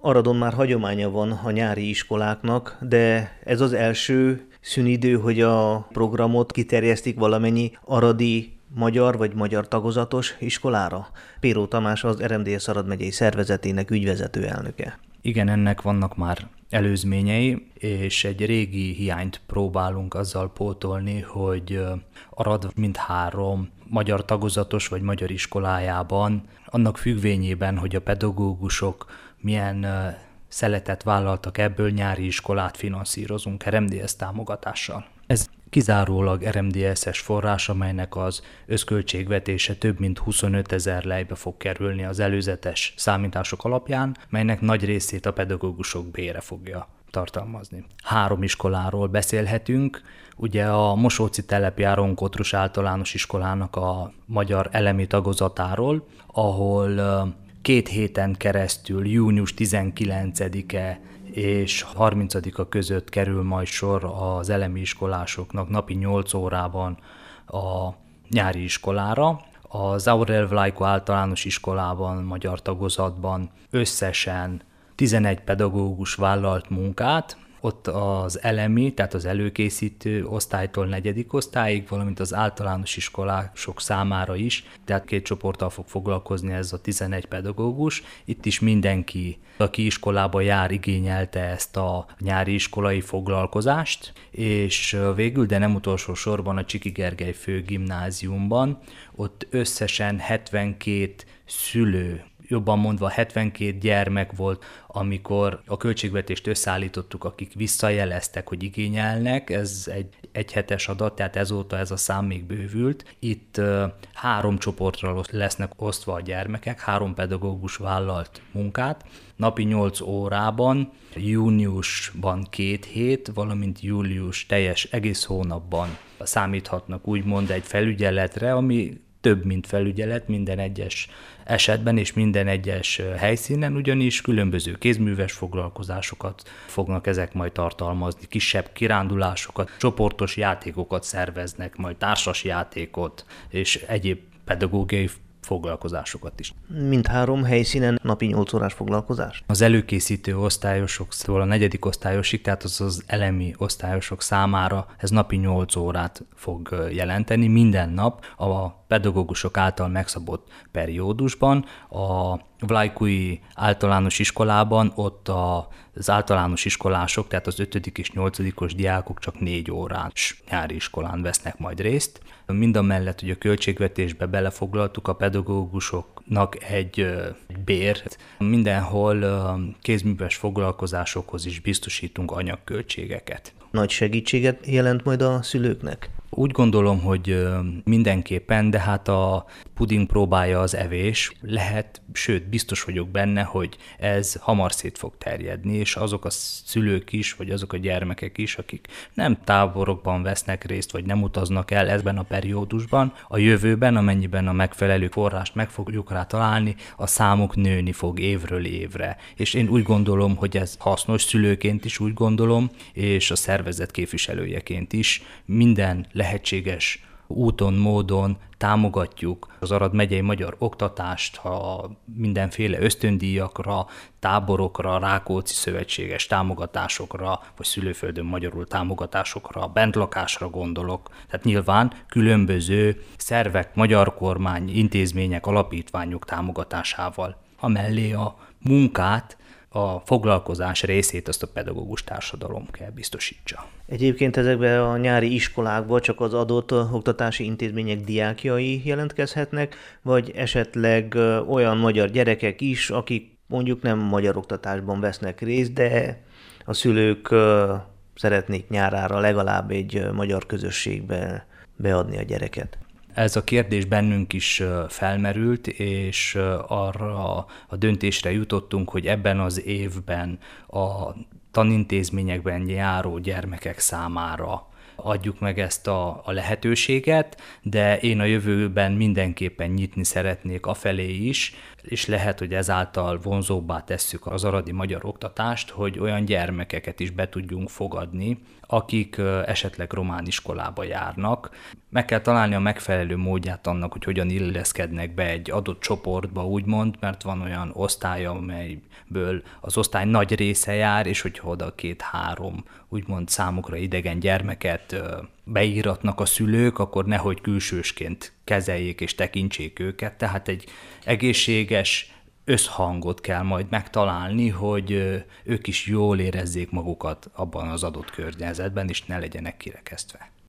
Aradon már hagyománya van a nyári iskoláknak, de ez az első szünidő, hogy a programot kiterjesztik valamennyi aradi magyar vagy magyar tagozatos iskolára? Péró Tamás az RMDSZ Arad megyei szervezetének ügyvezető elnöke. Igen, ennek vannak már előzményei, és egy régi hiányt próbálunk azzal pótolni, hogy Arad mindhárom magyar tagozatos vagy magyar iskolájában, annak függvényében, hogy a pedagógusok milyen szeletet vállaltak ebből, nyári iskolát finanszírozunk RMDSZ támogatással. Ez kizárólag RMDSZ-es forrás, amelynek az összköltségvetése több mint 25 000 lejbe fog kerülni az előzetes számítások alapján, melynek nagy részét a pedagógusok bére fogja tartalmazni. 3 iskoláról beszélhetünk, ugye a Mosóci telepi Áron Kotrus általános iskolának a magyar elemi tagozatáról, ahol 2 héten keresztül június 19-e és 30-a között kerül majd sor az elemi iskolásoknak napi 8 órában a nyári iskolára. Az Aurel Vlajko általános iskolában, magyar tagozatban összesen 11 pedagógus vállalt munkát, ott az elemi, tehát az előkészítő osztálytól 4. osztályig, valamint az általános iskolások számára is, tehát 2 csoporttal fog foglalkozni ez a 11 pedagógus. Itt is mindenki, aki iskolába jár, igényelte ezt a nyári iskolai foglalkozást, és végül, de nem utolsó sorban a Csiki Gergely főgimnáziumban, ott összesen 72 szülő, jobban mondva 72 gyermek volt, amikor a költségvetést összeállítottuk, akik visszajeleztek, hogy igényelnek, ez egy egyhetes adat, tehát ezóta ez a szám még bővült. Itt 3 csoportra lesznek osztva a gyermekek, 3 pedagógus vállalt munkát, napi 8 órában, júniusban 2 hét, valamint július teljes egész hónapban számíthatnak úgymond egy felügyeletre, ami több, mint felügyelet minden egyes esetben és minden egyes helyszínen, ugyanis különböző kézműves foglalkozásokat fognak ezek majd tartalmazni, kisebb kirándulásokat, csoportos játékokat szerveznek, majd társas játékot és egyéb pedagógiai foglalkozásokat is. Mindhárom helyszínen napi 8 órás foglalkozás? Az előkészítő osztályosoktól a 4. osztályosig, tehát az elemi osztályosok számára ez napi 8 órát fog jelenteni. Minden nap a pedagógusok által megszabott periódusban. A Vlajkói általános iskolában ott az általános iskolások, tehát az 5. és 8. diákok csak 4 órás nyári iskolán vesznek majd részt. Mindamellett, hogy a költségvetésbe belefoglaltuk a pedagógusoknak egy bért, mindenhol kézműves foglalkozásokhoz is biztosítunk anyagköltségeket. Nagy segítséget jelent majd a szülőknek? Úgy gondolom, hogy mindenképpen, de hát a puding próbája az evés. Lehet, sőt, biztos vagyok benne, hogy ez hamar szét fog terjedni, és azok a szülők is, vagy azok a gyermekek is, akik nem táborokban vesznek részt, vagy nem utaznak el ebben a periódusban, a jövőben, amennyiben a megfelelő forrást meg fogjuk rá találni, a számuk nőni fog évről évre. És én úgy gondolom, hogy ez hasznos, szülőként is úgy gondolom, és a szervezet képviselőjeként is minden lehetséges úton, módon támogatjuk az Arad megyei magyar oktatást, ha mindenféle ösztöndíjakra, táborokra, Rákóczi szövetséges támogatásokra, vagy szülőföldön magyarul támogatásokra, bentlakásra gondolok. Tehát nyilván különböző szervek, magyar kormány, intézmények, alapítványok támogatásával. Amellé a munkát, a foglalkozás részét azt a pedagógus társadalom kell biztosítsa. Egyébként ezekben a nyári iskolákban csak az adott oktatási intézmények diákjai jelentkezhetnek, vagy esetleg olyan magyar gyerekek is, akik mondjuk nem magyar oktatásban vesznek részt, de a szülők szeretnék nyárára legalább egy magyar közösségbe beadni a gyereket. Ez a kérdés bennünk is felmerült, és arra a döntésre jutottunk, hogy ebben az évben a tanintézményekben járó gyermekek számára adjuk meg ezt a lehetőséget, de én a jövőben mindenképpen nyitni szeretnék afelé is. és lehet, hogy ezáltal vonzóbbá tesszük az aradi magyar oktatást, hogy olyan gyermekeket is be tudjunk fogadni, akik esetleg román iskolába járnak. Meg kell találni a megfelelő módját annak, hogy hogyan illeszkednek be egy adott csoportba, úgymond, mert van olyan osztály, amelyből az osztály nagy része jár, és hogyha oda 2-3 úgymond számukra idegen gyermeket beíratnak a szülők, akkor nehogy külsősként kezeljék és tekintsék őket, tehát egy egészséges összhangot kell majd megtalálni, hogy ők is jól érezzék magukat abban az adott környezetben, és ne legyenek kirekesztve.